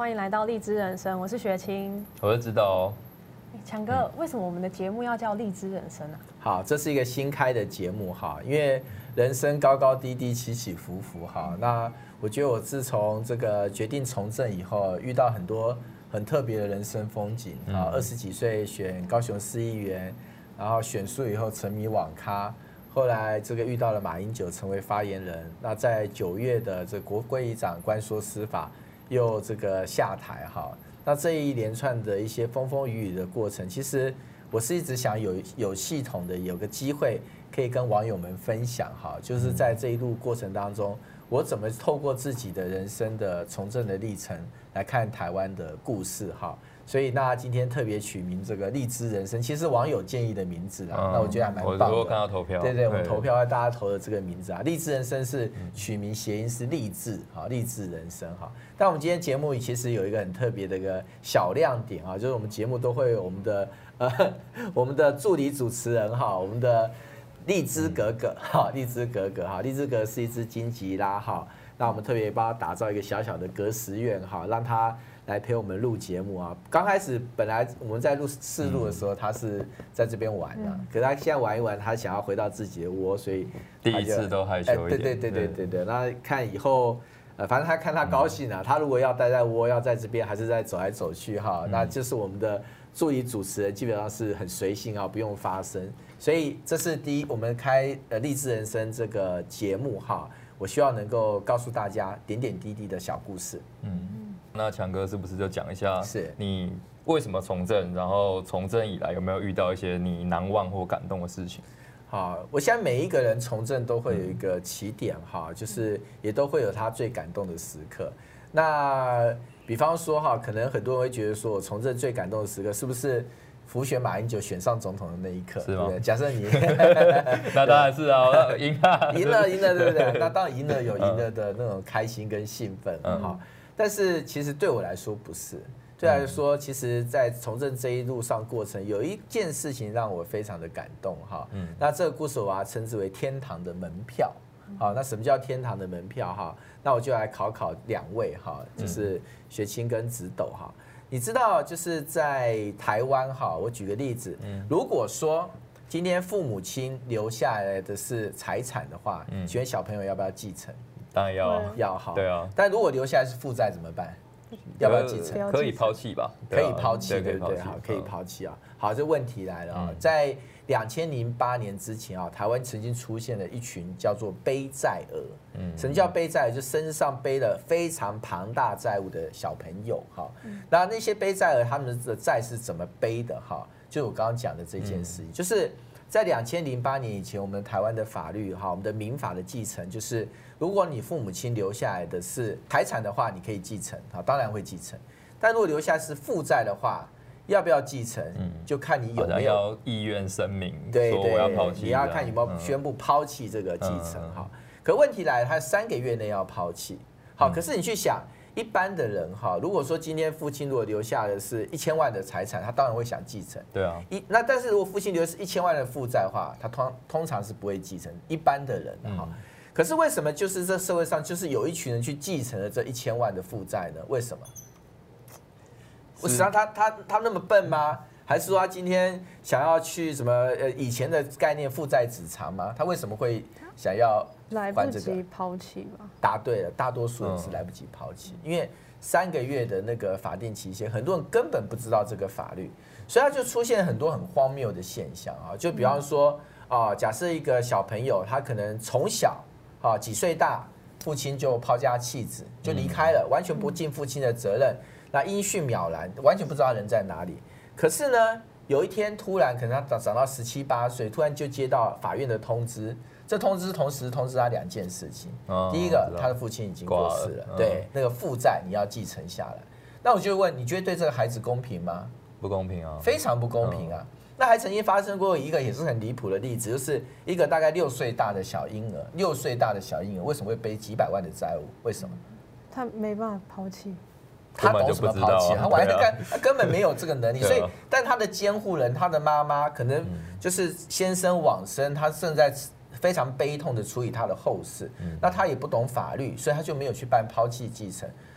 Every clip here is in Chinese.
欢迎来到荔枝人生，我是雪清， 我就知道哦。 强哥，为什么我们的节目要叫荔枝人生啊？ 好，这是一个新开的节目哈，因为人生高高低低，起起伏伏哈。那我觉得我自从这个决定从政以后，遇到很多很特别的人生风景啊。20几岁选高雄市议员，然后选输以后沉迷网咖。后来这个遇到了马英九成为发言人，那在9月的这国会议长关说司法又这个下台哈，那这一连串的一些风风雨雨的过程，其实我是一直想有系统的有个机会可以跟网友们分享哈，就是在这一路过程当中，我怎么透过自己的人生的从政的历程来看台湾的故事哈。所以那今天特别取名这个荔枝人生，其实网友建议的名字啦，那我觉得还蛮棒的。 我看到投票， 对，我们投票大家投的这个名字啊，荔枝人生是取名谐音是励志哈，励志人生哈。但我们今天节目其实有一个很特别的一个小亮点啊，就是我们节目都会有我们的助理主持人哈，我们的荔枝格格哈，荔枝格格哈，荔枝格是一只金吉拉哈，那我们特别帮他打造一个小小的格石院哈，让他来陪我们录节目啊！刚开始本来我们在试录的时候，他是在这边玩的，可是他现在玩一玩，他想要回到自己的窝，所以第一次都害羞一点。 对。那看以后，反正他看他高兴啊，他如果要待在窝，要在这边，还是在走来走去哈，那就是我们的助理主持人基本上是很随性啊，不用发声。所以这是第一，我们开励志人生这个节目哈，我希望能够告诉大家点点滴滴的小故事。 那强哥是不是就讲一下， 是你为什么从政？然后从政以来有没有遇到一些你难忘或感动的事情？ 好，我相信每一个人从政都会有一个起点哈，就是也都会有他最感动的时刻。那比方说哈，可能很多人会觉得说，我从政最感动的时刻是不是辅选马英九选上总统的那一刻？ 是吗？ 假设你那当然是啊，赢了， 对不对？那当然赢了有赢了的那种开心跟兴奋哈。但是其实对我来说不是，对我来说，其实，在从政这一路上过程，有一件事情让我非常的感动哈。那这个故事我把它称之为天堂的门票。好，那什么叫天堂的门票哈？那我就来考2位哈，就是雪清跟直斗哈。你知道，就是在台湾哈，我举个例子，如果说今天父母亲留下来的是财产的话，请问小朋友要不要继承？ 当然要哈， 对啊。 但如果留下来是负债怎么办？要不要继承？ 可以抛弃吧？ 可以抛弃，对不对？好，可以抛弃啊。好，这问题来了啊，在2008年之前啊，台湾曾经出现了一群叫做背债儿。什么叫背债儿？就身上背了非常庞大债务的小朋友哈。那些背债儿他们的债是怎么背的哈？就是我刚刚讲的这件事情，就是在2008年以前，我们台湾的法律哈，我们的民法的继承就是。如果你父母亲留下来的是财产的话，你可以继承，好，当然会继承。但如果留下是负债的话，要不要继承，就看你有没有要意愿声明， 对， 说我要抛弃， 你要看有没有宣布抛弃这个继承哈。可问题来了，他3个月内要抛弃，好，可是你去想，一般的人哈，如果说今天父亲如果留下的是1000万的财产，他当然会想继承， 对啊。 那但是如果父亲留的是1000万的负债的话，他通常是不会继承，一般的人哈。可是为什么就是这社会上就是有一群人去继承了这1000万的负债呢？为什么？实际上他那么笨吗？还是说他今天想要去什么以前的概念负债子偿吗？他为什么会想要来不及抛弃吧？ 答对了，大多数人是来不及抛弃，因为3个月的那个法定期限，很多人根本不知道这个法律，所以他就出现很多很荒谬的现象啊。就比方说假设一个小朋友他可能从小几岁大，父亲就抛家弃子，就离开了，完全不尽父亲的责任，那音讯渺然，完全不知道人在哪里。可是呢，有一天突然，可能他长到17、18岁，突然就接到法院的通知，这通知同时通知他2件事情。第一个，他的父亲已经过世了，对，那个负债你要继承下来。那我就问，你觉得对这个孩子公平吗？ 不公平啊， 非常不公平啊。那还曾经发生过一个也是很离谱的例子，就是一个大概6岁大的小婴儿，6岁大的小婴儿为什么会背几百万的债务？为什么？ 他没办法抛弃。 他懂什么抛弃？他根本没有这个能力，所以，但他的监护人，他的妈妈可能就是先生往生，他正在非常悲痛的处理他的后事，那他也不懂法律，所以他就没有去办抛弃继承。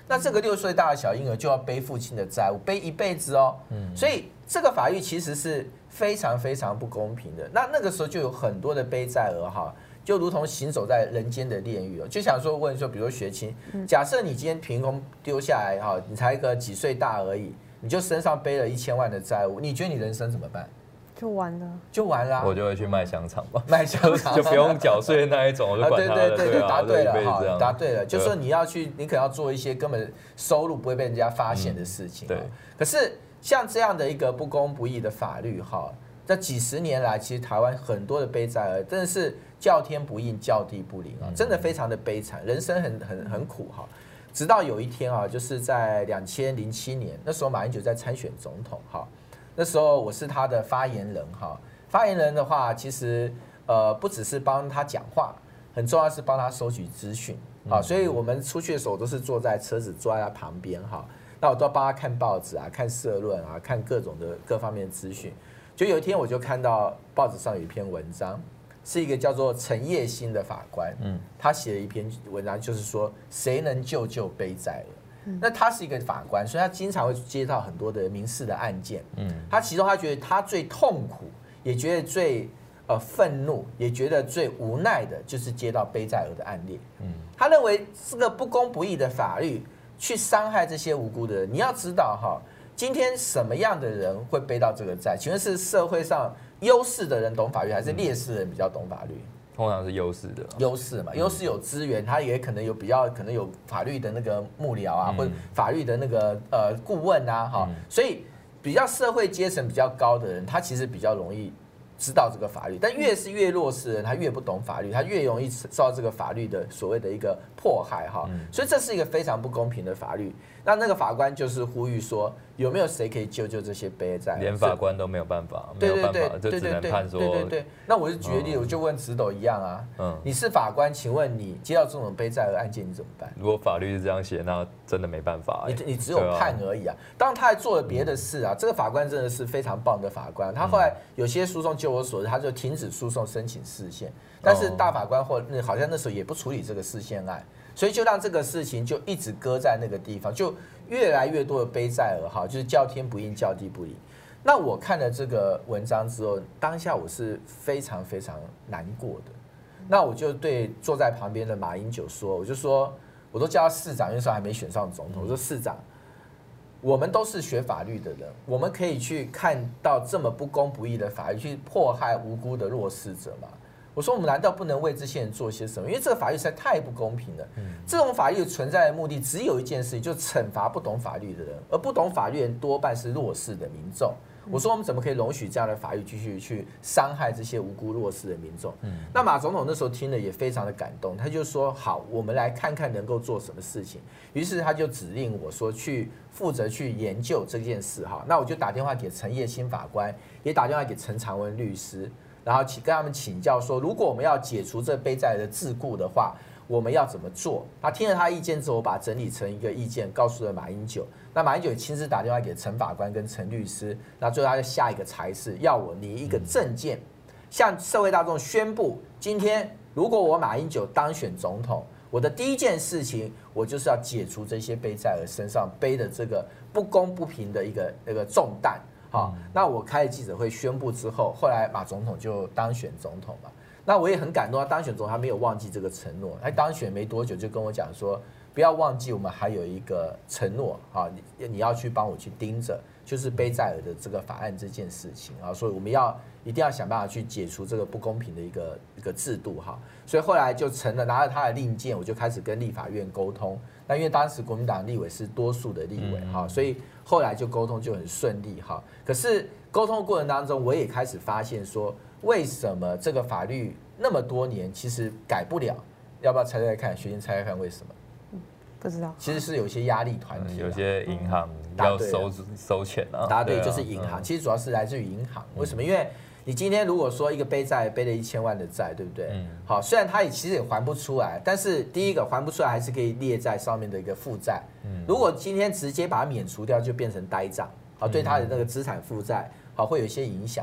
那这个6岁大的小婴儿就要背父亲的债务，背一辈子哦。所以这个法律其实是非常非常不公平的。那个时候就有很多的背债额哈，就如同行走在人间的炼狱哦。就想说问说，比如说学青，假设你今天凭空丢下来哈，你才一个几岁大而已，你就身上背了1000万的债务，你觉得你人生怎么办？ 就完了， 就完了、啊。 我就会去卖香肠吧， 卖香肠就不用缴税那一种，我就管他的。 对，答对了哈，答对了，就对说你要去，你可能要做一些根本收入不会被人家发现的事情。 对。 可是像这样的一个不公不义的法律哈，这几十年来，其实台湾很多的背债额真的是叫天不应，叫地不灵啊，真的非常的悲惨，人生很苦哈。直到有一天啊，就是在2007年，那时候马英九在参选总统哈。那时候我是他的发言人哈，发言人的话，其实不只是帮他讲话，很重要是帮他收取资讯啊，所以我们出去的时候都是坐在车子坐在他旁边哈，那我都要帮他看报纸啊，看社论啊，看各种的各方面的资讯。就有一天我就看到报纸上有一篇文章，是一个叫做陈叶新的法官，他写了一篇文章，就是说谁能救背债额。那他是一个法官，所以他经常会接到很多的民事的案件。他其中他觉得他最痛苦，也觉得最愤怒，也觉得最无奈的，就是接到背债额的案例。他认为这个不公不义的法律去伤害这些无辜的人。你要知道哈，今天什么样的人会背到这个债？请问是社会上优势的人懂法律，还是劣势的人比较懂法律？ 通常是优势的， 优势嘛，优势有资源，他也可能有有法律的那个幕僚啊，或者法律的那个顾问啊，哈，所以比较社会阶层比较高的人，他其实比较容易知道这个法律，但越是越弱势的人，他越不懂法律，他越容易受到这个法律的所谓的一个迫害哈，所以这是一个非常不公平的法律。那个法官就是呼吁说，有没有谁可以救这些背债？ 连法官都没有办法，没有办法，就只能判说。 对。那我就举个例子，我就问直斗一样啊，你是法官，请问你接到这种背债额案件，你怎么办？ 如果法律是这样写，那真的没办法。 你只有判而已啊。当然他还做了别的事啊，这个法官真的是非常棒的法官。他后来有些诉讼，就我所知，他就停止诉讼，申请释宪。但是大法官好像那时候也不处理这个释宪案。所以就让这个事情就一直搁在那个地方，就越来越多的背债额哈，就是叫天不应，叫地不灵。那我看了这个文章之后，当下我是非常非常难过的。那我就对坐在旁边的马英九说，我都叫他市长，因为那时候还没选上总统。我说市长，我们都是学法律的人，我们可以去看到这么不公不义的法律，去迫害无辜的弱势者吗？我说我们难道不能为这些人做些什么？因为这个法律实在太不公平了。这种法律存在的目的只有一件事，就是惩罚不懂法律的人，而不懂法律的人多半是弱势的民众。我说我们怎么可以容许这样的法律继续去伤害这些无辜弱势的民众？那马总统那时候听了也非常的感动，他就说好，我们来看看能够做什么事情。于是他就指令我说去负责去研究这件事哈。那我就打电话给陈叶新法官，也打电话给陈长文律师。然后跟他们请教说，如果我们要解除这背债的桎梏的话，我们要怎么做？他听了他意见之后，我把它整理成一个意见，告诉了马英九。那马英九也亲自打电话给陈法官跟陈律师，那最后他就下一个差事，要我拟一个政见，向社会大众宣布，今天如果我马英九当选总统，我的第一件事情，我就是要解除这些背债人身上背的这个不公不平的一个重担。好，那我开了记者会宣布之后，后来马总统就当选总统嘛。那我也很感动，他当选总统，他没有忘记这个承诺。他当选没多久就跟我讲说，不要忘记我们还有一个承诺啊，你要去帮我去盯着，就是背债额的这个法案这件事情啊，所以我们一定要想办法去解除这个不公平的一个制度哈。所以后来就成了拿着他的令箭，我就开始跟立法院沟通。那因为当时国民党立委是多数的立委哈，所以后来就沟通就很顺利哈。可是沟通的过程当中，我也开始发现说，为什么这个法律那么多年其实改不了？要不要猜猜看？学生猜猜看为什么？ 不知道。 其实是有些压力团体， 有些银行要收钱啊。 答对，就是银行。其实主要是来自于银行。为什么？因为你今天如果说一个背了1000万的债，对不对？好，虽然他其实也还不出来，但是第一个还不出来还是可以列在上面的一个负债。如果今天直接把它免除掉，就变成呆账，好，对他的那个资产负债好会有一些影响。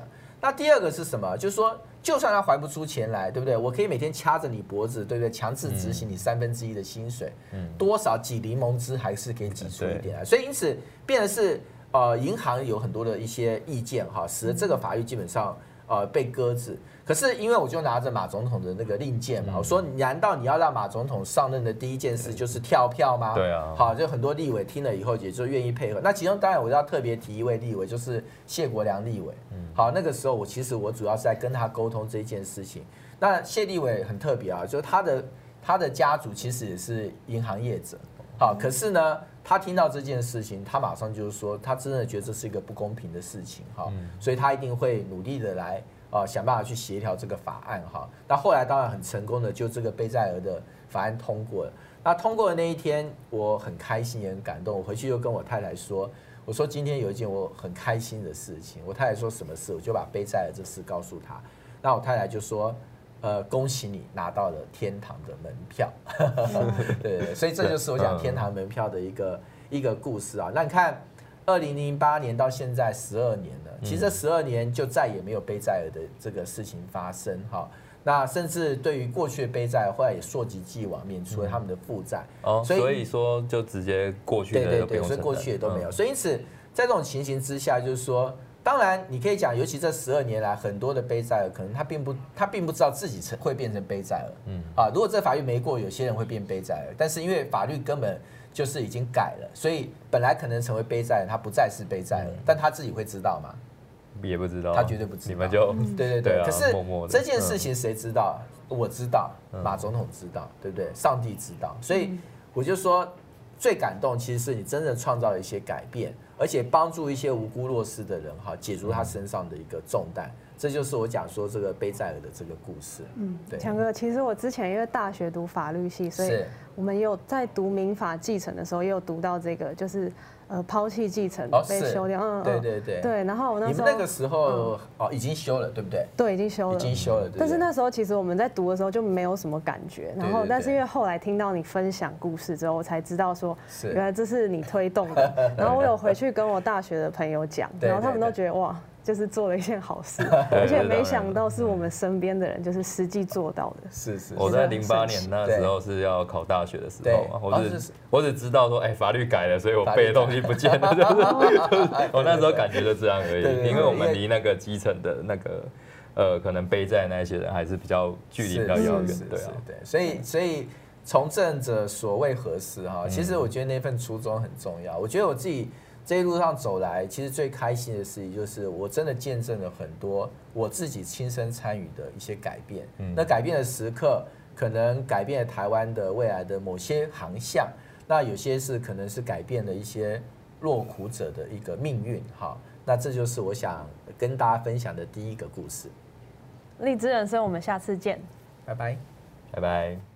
那第二个是什么？就是说，就算他还不出钱来，对不对？我可以每天掐着你脖子，对不对？强制执行你1/3的薪水，多少挤柠檬汁还是可以挤出一点来。所以因此变成是银行有很多的一些意见哈，使得这个法律基本上被搁置。可是因为我就拿着马总统的那个令箭嘛，我说难道你要让马总统上任的第一件事就是跳票吗？ 对啊。 好，就很多立委听了以后也就愿意配合。那其中当然我要特别提一位立委，就是谢国良立委。好，那个时候我主要是在跟他沟通这一件事情。那谢立委很特别啊，就是他的家族其实也是银行业者。好，可是呢，他听到这件事情，他马上就是说，他真的觉得这是一个不公平的事情哈，所以他一定会努力的来想办法去协调这个法案哈。那后来当然很成功的，就这个背债额的法案通过了。那通过的那一天，我很开心也很感动。我回去就跟我太太说，我说今天有一件我很开心的事情。我太太说什么事，我就把背债额这事告诉她。那我太太就说，恭喜你拿到了天堂的门票。对，所以这就是我讲天堂门票的一个故事啊。那你看，2008年到现在12年了，其实这12年就再也没有背债额的这个事情发生哈。那甚至对于过去的背债，后来也溯及既往，免除了他们的负债。 所以说就直接过去的都不用承担。 所以过去也都没有。所以因此在这种情形之下，就是说，当然你可以讲，尤其这12年来，很多的背债额可能他并不知道自己会变成背债额。如果这法律没过，有些人会变背债额，但是因为法律根本就是已经改了，所以本来可能成为背债额，他不再是背债额，但他自己会知道吗？ 也不知道， 他绝对不知道。 你们就对。可是这件事情谁知道？我知道，马总统知道，对不对？上帝知道，所以我就说，最感动其实是你真正创造了一些改变，而且帮助一些无辜弱势的人哈，解除他身上的一个重担。这就是我讲说这个背债额的这个故事。 对。强哥，其实我之前因为大学读法律系，所以我们有在读民法继承的时候，也有读到这个，就是抛弃继承被修掉。对。然后我那时候你们那个时候已经修了，对不对？ 对，已经修了。但是那时候其实我们在读的时候就没有什么感觉，然后但是因为后来听到你分享故事之后，我才知道说原来这是你推动的。然后我有回去跟我大学的朋友讲，然后他们都觉得哇。就是做了一件好事，而且没想到是我们身边的人，就是实际做到的。 是。 我在08年那时候是要考大学的时候嘛，我只知道说，法律改了，所以我背的东西不见了，就是我那时候感觉就这样而已。因为我们离那个基层的那个可能背债那些人还是比较距离比较遥远，对啊。 所以从政者所谓何事哈？其实我觉得那份初衷很重要。我觉得我自己。这一路上走来，其实最开心的事情就是我真的见证了很多我自己亲身参与的一些改变。那改变的时刻，可能改变了台湾的未来的某些航向，那有些是可能是改变了一些落苦者的一个命运。好，那这就是我想跟大家分享的第一个故事。 荔枝人生，我们下次见， 拜拜， 拜拜。